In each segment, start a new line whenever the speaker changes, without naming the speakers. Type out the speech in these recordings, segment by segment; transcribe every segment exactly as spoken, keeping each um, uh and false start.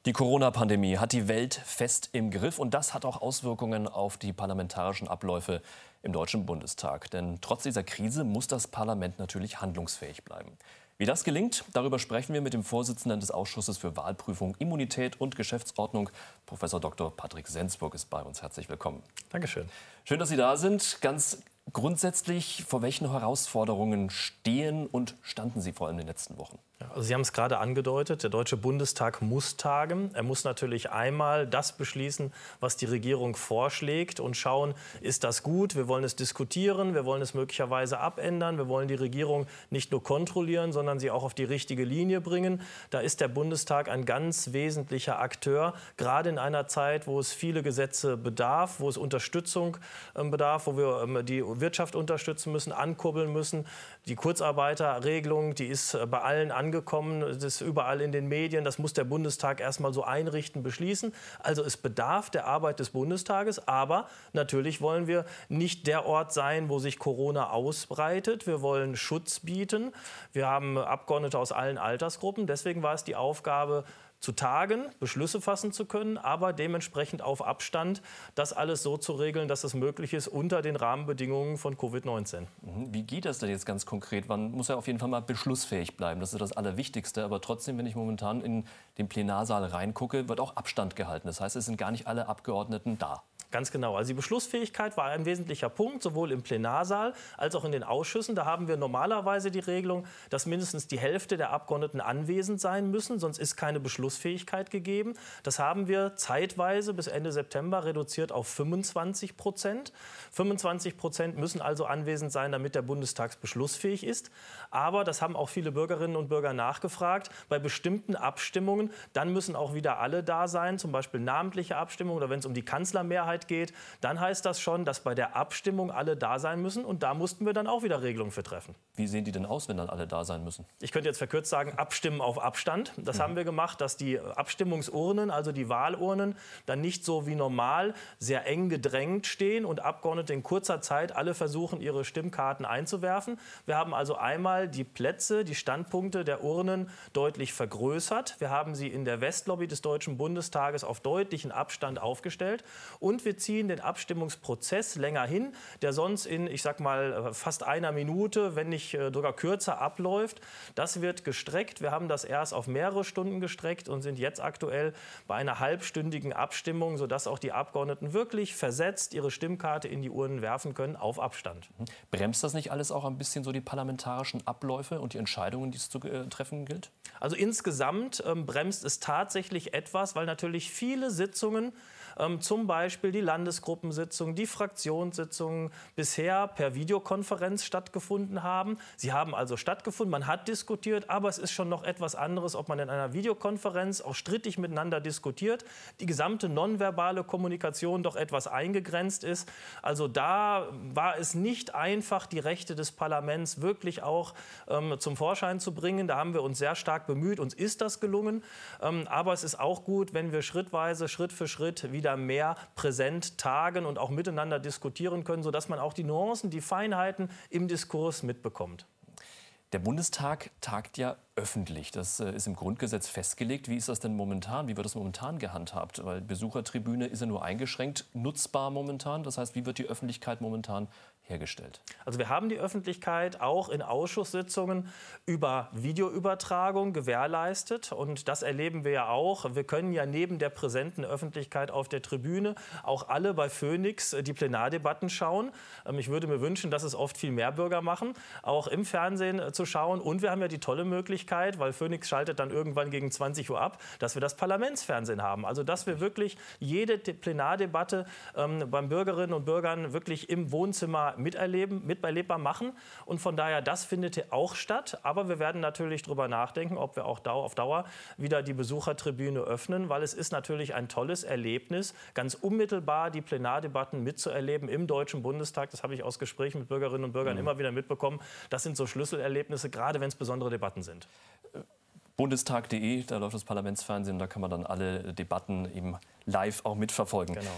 Die Corona-Pandemie hat die Welt fest im Griff und das hat auch Auswirkungen auf die parlamentarischen Abläufe im Deutschen Bundestag. Denn trotz dieser Krise muss das Parlament natürlich handlungsfähig bleiben. Wie das gelingt, darüber sprechen wir mit dem Vorsitzenden des Ausschusses für Wahlprüfung, Immunität und Geschäftsordnung. Professor Doktor Patrick Sensburg ist bei uns. Herzlich willkommen.
Dankeschön.
Schön, dass Sie da sind. Ganz grundsätzlich, vor welchen Herausforderungen stehen und standen Sie vor allem in den letzten Wochen?
Ja, also Sie haben es gerade angedeutet, der Deutsche Bundestag muss tagen. Er muss natürlich einmal das beschließen, was die Regierung vorschlägt und schauen, ist das gut? Wir wollen es diskutieren, wir wollen es möglicherweise abändern. Wir wollen die Regierung nicht nur kontrollieren, sondern sie auch auf die richtige Linie bringen. Da ist der Bundestag ein ganz wesentlicher Akteur, gerade in einer Zeit, wo es viele Gesetze bedarf, wo es Unterstützung äh, bedarf, wo wir ähm, die Wirtschaft unterstützen müssen, ankurbeln müssen. Die Kurzarbeiterregelung, die ist äh, bei allen angekommen. angekommen, das ist überall in den Medien, das muss der Bundestag erst mal so einrichten, beschließen. Also es bedarf der Arbeit des Bundestages, aber natürlich wollen wir nicht der Ort sein, wo sich Corona ausbreitet. Wir wollen Schutz bieten. Wir haben Abgeordnete aus allen Altersgruppen. Deswegen war es die Aufgabe, zu tagen, Beschlüsse fassen zu können, aber dementsprechend auf Abstand, das alles so zu regeln, dass es möglich ist unter den Rahmenbedingungen von Covid neunzehn.
Wie geht das denn jetzt ganz konkret? Man muss ja auf jeden Fall mal beschlussfähig bleiben. Das ist das Allerwichtigste. Aber trotzdem, wenn ich momentan in den Plenarsaal reingucke, wird auch Abstand gehalten. Das heißt, es sind gar nicht alle Abgeordneten da.
Ganz genau. Also die Beschlussfähigkeit war ein wesentlicher Punkt, sowohl im Plenarsaal als auch in den Ausschüssen. Da haben wir normalerweise die Regelung, dass mindestens die Hälfte der Abgeordneten anwesend sein müssen, sonst ist keine Beschlussfähigkeit gegeben. Das haben wir zeitweise bis Ende September reduziert auf fünfundzwanzig Prozent. fünfundzwanzig Prozent müssen also anwesend sein, damit der Bundestag beschlussfähig ist. Aber, das haben auch viele Bürgerinnen und Bürger nachgefragt, bei bestimmten Abstimmungen, dann müssen auch wieder alle da sein, zum Beispiel namentliche Abstimmung oder wenn es um die Kanzlermehrheit geht, dann heißt das schon, dass bei der Abstimmung alle da sein müssen. Und da mussten wir dann auch wieder Regelungen für treffen.
Wie sehen die denn aus, wenn dann alle da sein müssen?
Ich könnte jetzt verkürzt sagen, abstimmen auf Abstand. Das mhm. haben wir gemacht, dass die Abstimmungsurnen, also die Wahlurnen, dann nicht so wie normal sehr eng gedrängt stehen und Abgeordnete in kurzer Zeit alle versuchen, ihre Stimmkarten einzuwerfen. Wir haben also einmal die Plätze, die Standpunkte der Urnen deutlich vergrößert. Wir haben sie in der Westlobby des Deutschen Bundestages auf deutlichen Abstand aufgestellt. Und wir ziehen den Abstimmungsprozess länger hin, der sonst in, ich sag mal, fast einer Minute, wenn nicht sogar kürzer abläuft. Das wird gestreckt. Wir haben das erst auf mehrere Stunden gestreckt und sind jetzt aktuell bei einer halbstündigen Abstimmung, sodass auch die Abgeordneten wirklich versetzt ihre Stimmkarte in die Urnen werfen können, auf Abstand.
Bremst das nicht alles auch ein bisschen so die parlamentarischen Abläufe und die Entscheidungen, die es zu äh, treffen gilt?
Also insgesamt ähm, bremst es tatsächlich etwas, weil natürlich viele Sitzungen, ähm, zum Beispiel die Landesgruppensitzungen, die Fraktionssitzungen bisher per Videokonferenz stattgefunden haben. Sie haben also stattgefunden, man hat diskutiert, aber es ist schon noch etwas anderes, ob man in einer Videokonferenz auch strittig miteinander diskutiert, die gesamte nonverbale Kommunikation doch etwas eingegrenzt ist. Also da war es nicht einfach, die Rechte des Parlaments wirklich auch ähm, zum Vorschein zu bringen. Da haben wir uns sehr stark bemüht, uns ist das gelungen. Ähm, aber es ist auch gut, wenn wir schrittweise, Schritt für Schritt wieder mehr präsent tagen und auch miteinander diskutieren können, sodass man auch die Nuancen, die Feinheiten im Diskurs mitbekommt.
Der Bundestag tagt ja öffentlich. Das äh, ist im Grundgesetz festgelegt. Wie ist das denn momentan? Wie wird das momentan gehandhabt? Weil Besuchertribüne ist ja nur eingeschränkt nutzbar momentan. Das heißt, wie wird die Öffentlichkeit momentan hergestellt?
Also wir haben die Öffentlichkeit auch in Ausschusssitzungen über Videoübertragung gewährleistet. Und das erleben wir ja auch. Wir können ja neben der präsenten Öffentlichkeit auf der Tribüne auch alle bei Phoenix die Plenardebatten schauen. Ähm, ich würde mir wünschen, dass es oft viel mehr Bürger machen, auch im Fernsehen äh, zu schauen. Und wir haben ja die tolle Möglichkeit, weil Phoenix schaltet dann irgendwann gegen zwanzig Uhr ab, dass wir das Parlamentsfernsehen haben. Also dass wir wirklich jede Plenardebatte ähm, beim Bürgerinnen und Bürgern wirklich im Wohnzimmer miterleben, miterlebbar machen. Und von daher, das findet auch statt. Aber wir werden natürlich darüber nachdenken, ob wir auch auf Dauer wieder die Besuchertribüne öffnen, weil es ist natürlich ein tolles Erlebnis, ganz unmittelbar die Plenardebatten mitzuerleben im Deutschen Bundestag. Das habe ich aus Gesprächen mit Bürgerinnen und Bürgern mhm. immer wieder mitbekommen. Das sind so Schlüsselerlebnisse, gerade wenn es besondere Debatten sind.
Bundestag punkt de, da läuft das Parlamentsfernsehen, da kann man dann alle Debatten eben live auch mitverfolgen.
Genau.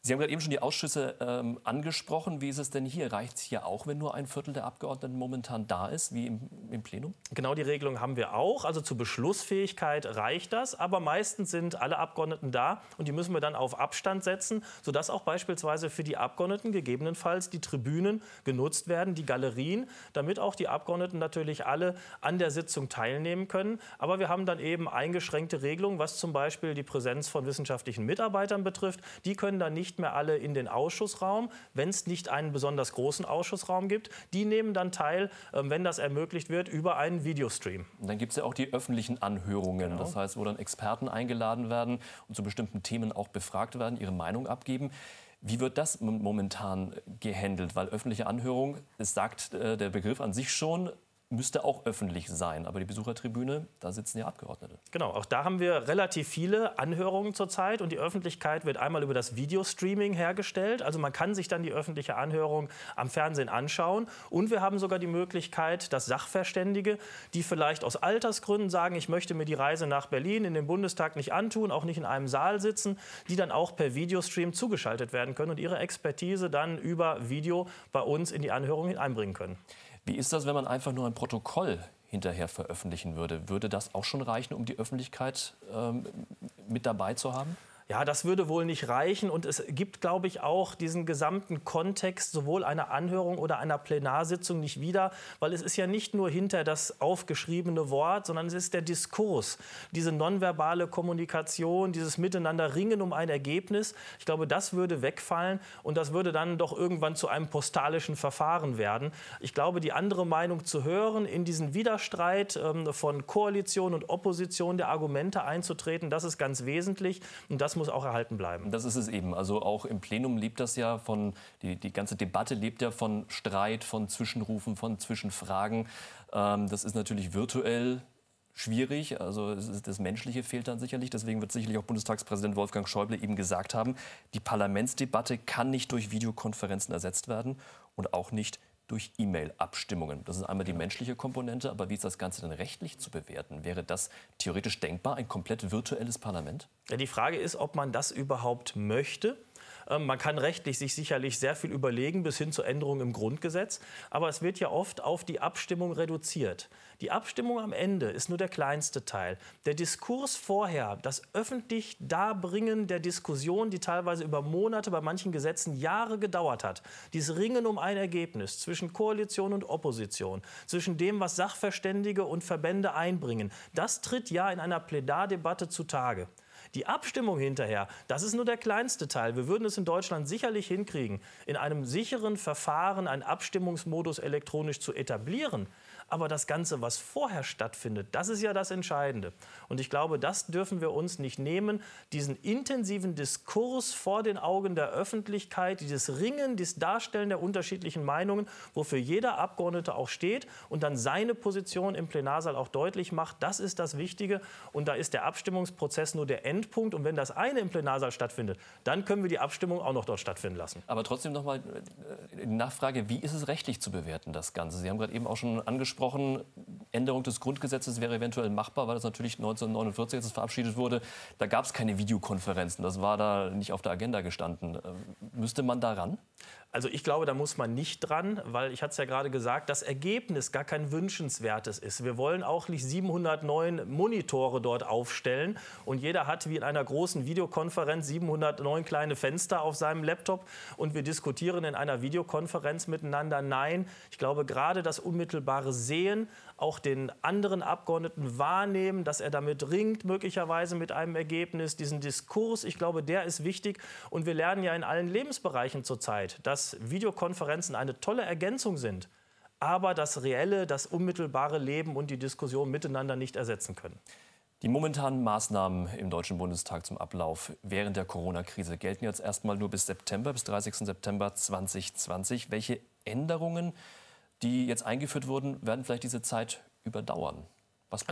Sie haben gerade eben schon die Ausschüsse ähm, angesprochen. Wie ist es denn hier? Reicht es hier auch, wenn nur ein Viertel der Abgeordneten momentan da ist, wie im, im Plenum?
Genau die Regelung haben wir auch. Also zur Beschlussfähigkeit reicht das. Aber meistens sind alle Abgeordneten da und die müssen wir dann auf Abstand setzen, sodass auch beispielsweise für die Abgeordneten gegebenenfalls die Tribünen genutzt werden, die Galerien, damit auch die Abgeordneten natürlich alle an der Sitzung teilnehmen können. Aber wir haben dann eben eingeschränkte Regelungen, was zum Beispiel die Präsenz von wissenschaftlichen Mitarbeitern betrifft. Die können dann nicht mehr alle in den Ausschussraum, wenn es nicht einen besonders großen Ausschussraum gibt. Die nehmen dann teil, wenn das ermöglicht wird, über einen Videostream.
Und dann gibt es ja auch die öffentlichen Anhörungen, genau. Das heißt, wo dann Experten eingeladen werden und zu bestimmten Themen auch befragt werden, ihre Meinung abgeben. Wie wird das momentan gehandelt? Weil öffentliche Anhörung, es sagt äh, der Begriff an sich schon, müsste auch öffentlich sein. Aber die Besuchertribüne, da sitzen ja Abgeordnete.
Genau, auch da haben wir relativ viele Anhörungen zurzeit. Und die Öffentlichkeit wird einmal über das Videostreaming hergestellt. Also man kann sich dann die öffentliche Anhörung am Fernsehen anschauen. Und wir haben sogar die Möglichkeit, dass Sachverständige, die vielleicht aus Altersgründen sagen, ich möchte mir die Reise nach Berlin in den Bundestag nicht antun, auch nicht in einem Saal sitzen, die dann auch per Videostream zugeschaltet werden können und ihre Expertise dann über Video bei uns in die Anhörung einbringen können.
Wie ist das, wenn man einfach nur ein Protokoll hinterher veröffentlichen würde? Würde das auch schon reichen, um die Öffentlichkeit ähm, mit dabei zu haben?
Ja, das würde wohl nicht reichen. Und es gibt, glaube ich, auch diesen gesamten Kontext sowohl einer Anhörung oder einer Plenarsitzung nicht wieder. Weil es ist ja nicht nur hinter das aufgeschriebene Wort, sondern es ist der Diskurs. Diese nonverbale Kommunikation, dieses Miteinanderringen um ein Ergebnis. Ich glaube, das würde wegfallen. Und das würde dann doch irgendwann zu einem postalischen Verfahren werden. Ich glaube, die andere Meinung zu hören, in diesen Widerstreit ähm, von Koalition und Opposition der Argumente einzutreten, das ist ganz wesentlich. Und das muss auch erhalten bleiben.
Das ist es eben. Also auch im Plenum lebt das ja von, die, die ganze Debatte lebt ja von Streit, von Zwischenrufen, von Zwischenfragen. Ähm, das ist natürlich virtuell schwierig. Also es ist, das Menschliche fehlt dann sicherlich. Deswegen wird sicherlich auch Bundestagspräsident Wolfgang Schäuble eben gesagt haben, die Parlamentsdebatte kann nicht durch Videokonferenzen ersetzt werden und auch nicht durch E-Mail-Abstimmungen. Das ist einmal die menschliche Komponente, aber wie ist das Ganze denn rechtlich zu bewerten? Wäre das theoretisch denkbar, ein komplett virtuelles Parlament?
Ja, die Frage ist, ob man das überhaupt möchte. Man kann rechtlich sich sicherlich sehr viel überlegen, bis hin zur Änderung im Grundgesetz. Aber es wird ja oft auf die Abstimmung reduziert. Die Abstimmung am Ende ist nur der kleinste Teil. Der Diskurs vorher, das öffentlich Darbringen der Diskussion, die teilweise über Monate, bei manchen Gesetzen Jahre gedauert hat. Dieses Ringen um ein Ergebnis zwischen Koalition und Opposition, zwischen dem, was Sachverständige und Verbände einbringen, das tritt ja in einer Plenardebatte zutage. Die Abstimmung hinterher, das ist nur der kleinste Teil. Wir würden es in Deutschland sicherlich hinkriegen, in einem sicheren Verfahren einen Abstimmungsmodus elektronisch zu etablieren. Aber das Ganze, was vorher stattfindet, das ist ja das Entscheidende. Und ich glaube, das dürfen wir uns nicht nehmen. Diesen intensiven Diskurs vor den Augen der Öffentlichkeit, dieses Ringen, dieses Darstellen der unterschiedlichen Meinungen, wofür jeder Abgeordnete auch steht und dann seine Position im Plenarsaal auch deutlich macht, das ist das Wichtige. Und da ist der Abstimmungsprozess nur der Endpunkt. Und wenn das eine im Plenarsaal stattfindet, dann können wir die Abstimmung auch noch dort stattfinden lassen.
Aber trotzdem noch mal die Nachfrage, wie ist es rechtlich zu bewerten, das Ganze? Sie haben gerade eben auch schon angesprochen, Änderung des Grundgesetzes wäre eventuell machbar, weil das natürlich neunzehnhundertneunundvierzig, als es verabschiedet wurde, da gab es keine Videokonferenzen. Das war da nicht auf der Agenda gestanden. Müsste man da ran?
Also ich glaube, da muss man nicht dran, weil ich hatte es ja gerade gesagt, das Ergebnis gar kein wünschenswertes ist. Wir wollen auch nicht siebenhundertneun Monitore dort aufstellen und jeder hat wie in einer großen Videokonferenz siebenhundertneun kleine Fenster auf seinem Laptop und wir diskutieren in einer Videokonferenz miteinander. Nein, ich glaube, gerade das unmittelbare Sehen, auch den anderen Abgeordneten wahrnehmen, dass er damit ringt, möglicherweise mit einem Ergebnis, diesen Diskurs, ich glaube, der ist wichtig. Und wir lernen ja in allen Lebensbereichen zurzeit, dass Videokonferenzen eine tolle Ergänzung sind, aber das reelle, das unmittelbare Leben und die Diskussion miteinander nicht ersetzen können.
Die momentanen Maßnahmen im Deutschen Bundestag zum Ablauf während der Corona-Krise gelten jetzt erstmal nur bis September, bis dreißigsten September zweitausendzwanzig. Welche Änderungen, die jetzt eingeführt wurden, werden vielleicht diese Zeit überdauern? Was bleibt?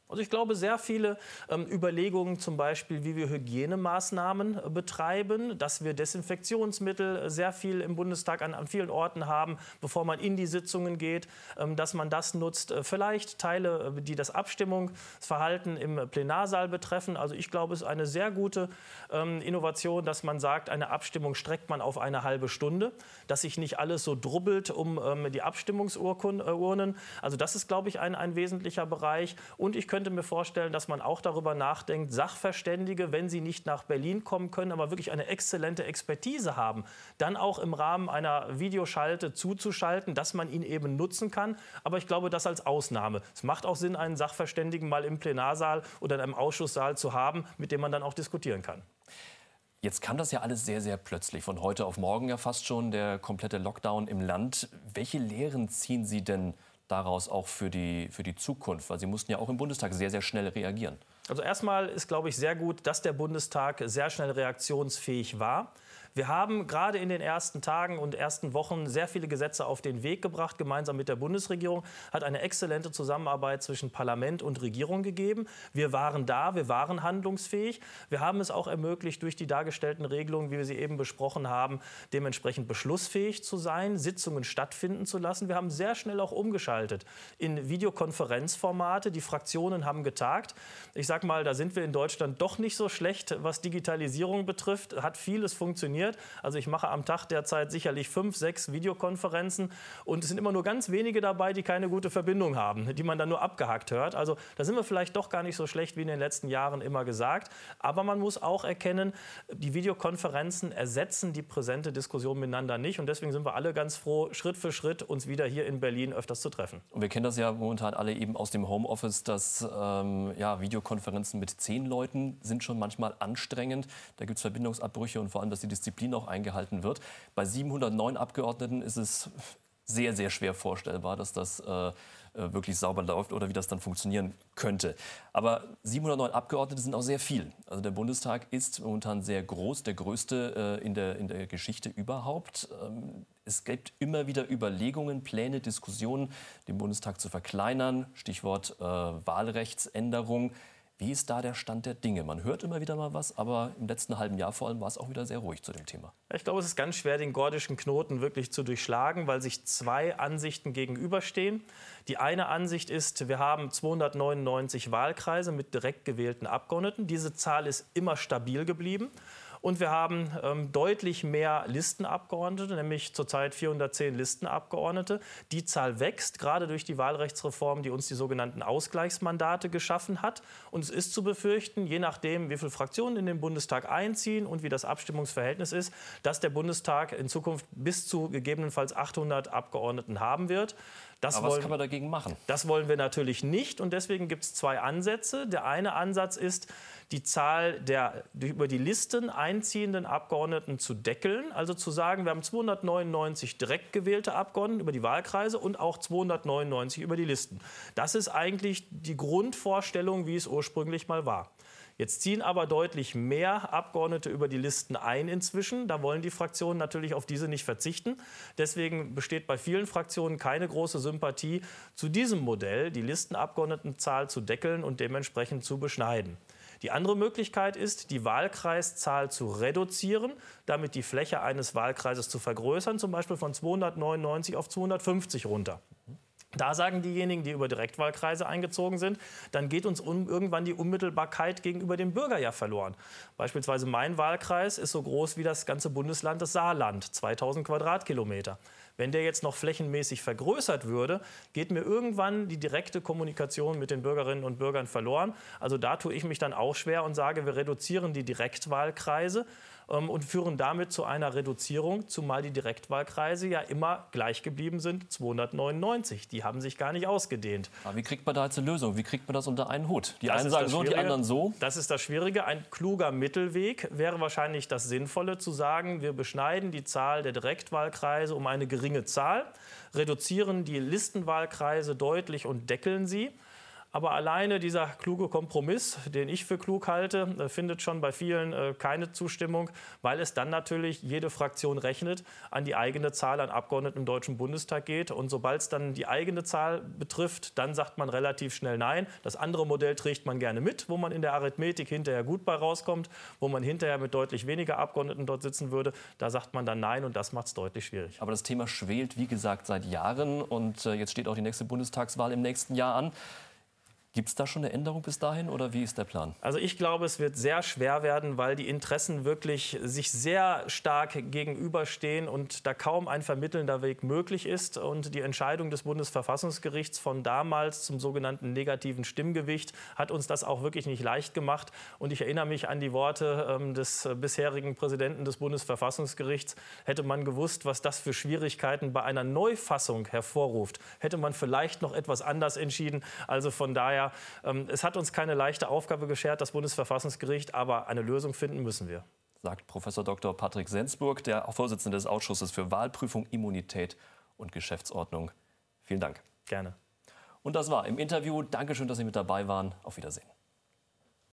Also ich glaube, sehr viele ähm, Überlegungen, zum Beispiel, wie wir Hygienemaßnahmen äh, betreiben, dass wir Desinfektionsmittel äh, sehr viel im Bundestag an, an vielen Orten haben, bevor man in die Sitzungen geht, ähm, dass man das nutzt. Äh, vielleicht Teile, äh, die das Abstimmungsverhalten im Plenarsaal betreffen. Also ich glaube, es ist eine sehr gute ähm, Innovation, dass man sagt, eine Abstimmung streckt man auf eine halbe Stunde, dass sich nicht alles so drubbelt um ähm, die Abstimmungsurnen. Also das ist, glaube ich, ein, ein wesentlicher Bereich. Und ich könnte Ich könnte mir vorstellen, dass man auch darüber nachdenkt, Sachverständige, wenn sie nicht nach Berlin kommen können, aber wirklich eine exzellente Expertise haben, dann auch im Rahmen einer Videoschalte zuzuschalten, dass man ihn eben nutzen kann. Aber ich glaube, das als Ausnahme. Es macht auch Sinn, einen Sachverständigen mal im Plenarsaal oder in einem Ausschusssaal zu haben, mit dem man dann auch diskutieren kann.
Jetzt kam das ja alles sehr, sehr plötzlich. Von heute auf morgen ja fast schon der komplette Lockdown im Land. Welche Lehren ziehen Sie denn daraus auch für die, für die Zukunft? Weil Sie mussten ja auch im Bundestag sehr, sehr schnell reagieren.
Also erstmal ist, glaube ich, sehr gut, dass der Bundestag sehr schnell reaktionsfähig war. Wir haben gerade in den ersten Tagen und ersten Wochen sehr viele Gesetze auf den Weg gebracht, gemeinsam mit der Bundesregierung, hat eine exzellente Zusammenarbeit zwischen Parlament und Regierung gegeben. Wir waren da, wir waren handlungsfähig. Wir haben es auch ermöglicht, durch die dargestellten Regelungen, wie wir sie eben besprochen haben, dementsprechend beschlussfähig zu sein, Sitzungen stattfinden zu lassen. Wir haben sehr schnell auch umgeschaltet in Videokonferenzformate. Die Fraktionen haben getagt. Ich sage mal, da sind wir in Deutschland doch nicht so schlecht, was Digitalisierung betrifft. Hat vieles funktioniert. Also ich mache am Tag derzeit sicherlich fünf, sechs Videokonferenzen und es sind immer nur ganz wenige dabei, die keine gute Verbindung haben, die man dann nur abgehackt hört. Also da sind wir vielleicht doch gar nicht so schlecht wie in den letzten Jahren immer gesagt. Aber man muss auch erkennen, die Videokonferenzen ersetzen die präsente Diskussion miteinander nicht und deswegen sind wir alle ganz froh, Schritt für Schritt uns wieder hier in Berlin öfters zu treffen.
Und wir kennen das ja momentan alle eben aus dem Homeoffice, dass ähm, ja, Videokonferenzen mit zehn Leuten sind schon manchmal anstrengend. Da gibt es Verbindungsabbrüche und vor allem, dass die Disziplin auch eingehalten wird. Bei siebenhundertneun Abgeordneten ist es sehr, sehr schwer vorstellbar, dass das äh, wirklich sauber läuft oder wie das dann funktionieren könnte. Aber siebenhundertneun Abgeordnete sind auch sehr viel. Also der Bundestag ist momentan sehr groß, der größte äh, in, der, in der Geschichte überhaupt. Ähm, es gibt immer wieder Überlegungen, Pläne, Diskussionen, den Bundestag zu verkleinern. Stichwort äh, Wahlrechtsänderung. Wie ist da der Stand der Dinge? Man hört immer wieder mal was, aber im letzten halben Jahr vor allem war es auch wieder sehr ruhig zu dem Thema.
Ich glaube, es ist ganz schwer, den gordischen Knoten wirklich zu durchschlagen, weil sich zwei Ansichten gegenüberstehen. Die eine Ansicht ist, wir haben zweihundertneunundneunzig Wahlkreise mit direkt gewählten Abgeordneten. Diese Zahl ist immer stabil geblieben. Und wir haben ähm, deutlich mehr Listenabgeordnete, nämlich zurzeit vierhundertzehn Listenabgeordnete. Die Zahl wächst, gerade durch die Wahlrechtsreform, die uns die sogenannten Ausgleichsmandate geschaffen hat. Und es ist zu befürchten, je nachdem, wie viele Fraktionen in den Bundestag einziehen und wie das Abstimmungsverhältnis ist, dass der Bundestag in Zukunft bis zu gegebenenfalls achthundert Abgeordneten haben wird. Das
Aber was
wollen,
kann man dagegen machen?
Das wollen wir natürlich nicht. Und deswegen gibt es zwei Ansätze. Der eine Ansatz ist, die Zahl der über die Listen einziehenden Abgeordneten zu deckeln. Also zu sagen, wir haben zweihundertneunundneunzig direkt gewählte Abgeordnete über die Wahlkreise und auch zweihundertneunundneunzig über die Listen. Das ist eigentlich die Grundvorstellung, wie es ursprünglich mal war. Jetzt ziehen aber deutlich mehr Abgeordnete über die Listen ein inzwischen. Da wollen die Fraktionen natürlich auf diese nicht verzichten. Deswegen besteht bei vielen Fraktionen keine große Sympathie zu diesem Modell, die Listenabgeordnetenzahl zu deckeln und dementsprechend zu beschneiden. Die andere Möglichkeit ist, die Wahlkreiszahl zu reduzieren, damit die Fläche eines Wahlkreises zu vergrößern, zum Beispiel von zweihundertneunundneunzig auf zweihundertfünfzig runter. Da sagen diejenigen, die über Direktwahlkreise eingezogen sind, dann geht uns um, irgendwann die Unmittelbarkeit gegenüber dem Bürger ja verloren. Beispielsweise mein Wahlkreis ist so groß wie das ganze Bundesland des Saarland, zweitausend Quadratkilometer. Wenn der jetzt noch flächenmäßig vergrößert würde, geht mir irgendwann die direkte Kommunikation mit den Bürgerinnen und Bürgern verloren. Also da tue ich mich dann auch schwer und sage, wir reduzieren die Direktwahlkreise ähm, und führen damit zu einer Reduzierung, zumal die Direktwahlkreise ja immer gleich geblieben sind, zweihundertneunundneunzig. Die haben sich gar nicht ausgedehnt.
Aber wie kriegt man da jetzt eine Lösung? Wie kriegt man das unter einen Hut? Die
Das
einen sagen so, die anderen so.
Das ist das Schwierige. Ein kluger Mittelweg wäre wahrscheinlich das Sinnvolle, zu sagen, wir beschneiden die Zahl der Direktwahlkreise um eine geringe Zahl, reduzieren die Listenwahlkreise deutlich und deckeln sie. Aber alleine dieser kluge Kompromiss, den ich für klug halte, findet schon bei vielen keine Zustimmung, weil es dann natürlich jede Fraktion rechnet, an die eigene Zahl an Abgeordneten im Deutschen Bundestag geht. Und sobald es dann die eigene Zahl betrifft, dann sagt man relativ schnell Nein. Das andere Modell trägt man gerne mit, wo man in der Arithmetik hinterher gut bei rauskommt, wo man hinterher mit deutlich weniger Abgeordneten dort sitzen würde. Da sagt man dann Nein und das macht es deutlich schwierig.
Aber das Thema schwelt, wie gesagt, seit Jahren. Und jetzt steht auch die nächste Bundestagswahl im nächsten Jahr an. Gibt es da schon eine Änderung bis dahin oder wie ist der Plan?
Also ich glaube, es wird sehr schwer werden, weil die Interessen wirklich sich sehr stark gegenüberstehen und da kaum ein vermittelnder Weg möglich ist. Und die Entscheidung des Bundesverfassungsgerichts von damals zum sogenannten negativen Stimmgewicht hat uns das auch wirklich nicht leicht gemacht. Und ich erinnere mich an die Worte ähm, des äh, bisherigen Präsidenten des Bundesverfassungsgerichts. Hätte man gewusst, was das für Schwierigkeiten bei einer Neufassung hervorruft, hätte man vielleicht noch etwas anders entschieden. Also von daher es hat uns keine leichte Aufgabe beschert, das Bundesverfassungsgericht, aber eine Lösung finden müssen wir.
Sagt Professor Doktor Patrick Sensburg, der Vorsitzende des Ausschusses für Wahlprüfung, Immunität und Geschäftsordnung. Vielen Dank.
Gerne.
Und das war im Interview. Dankeschön, dass Sie mit dabei waren. Auf Wiedersehen.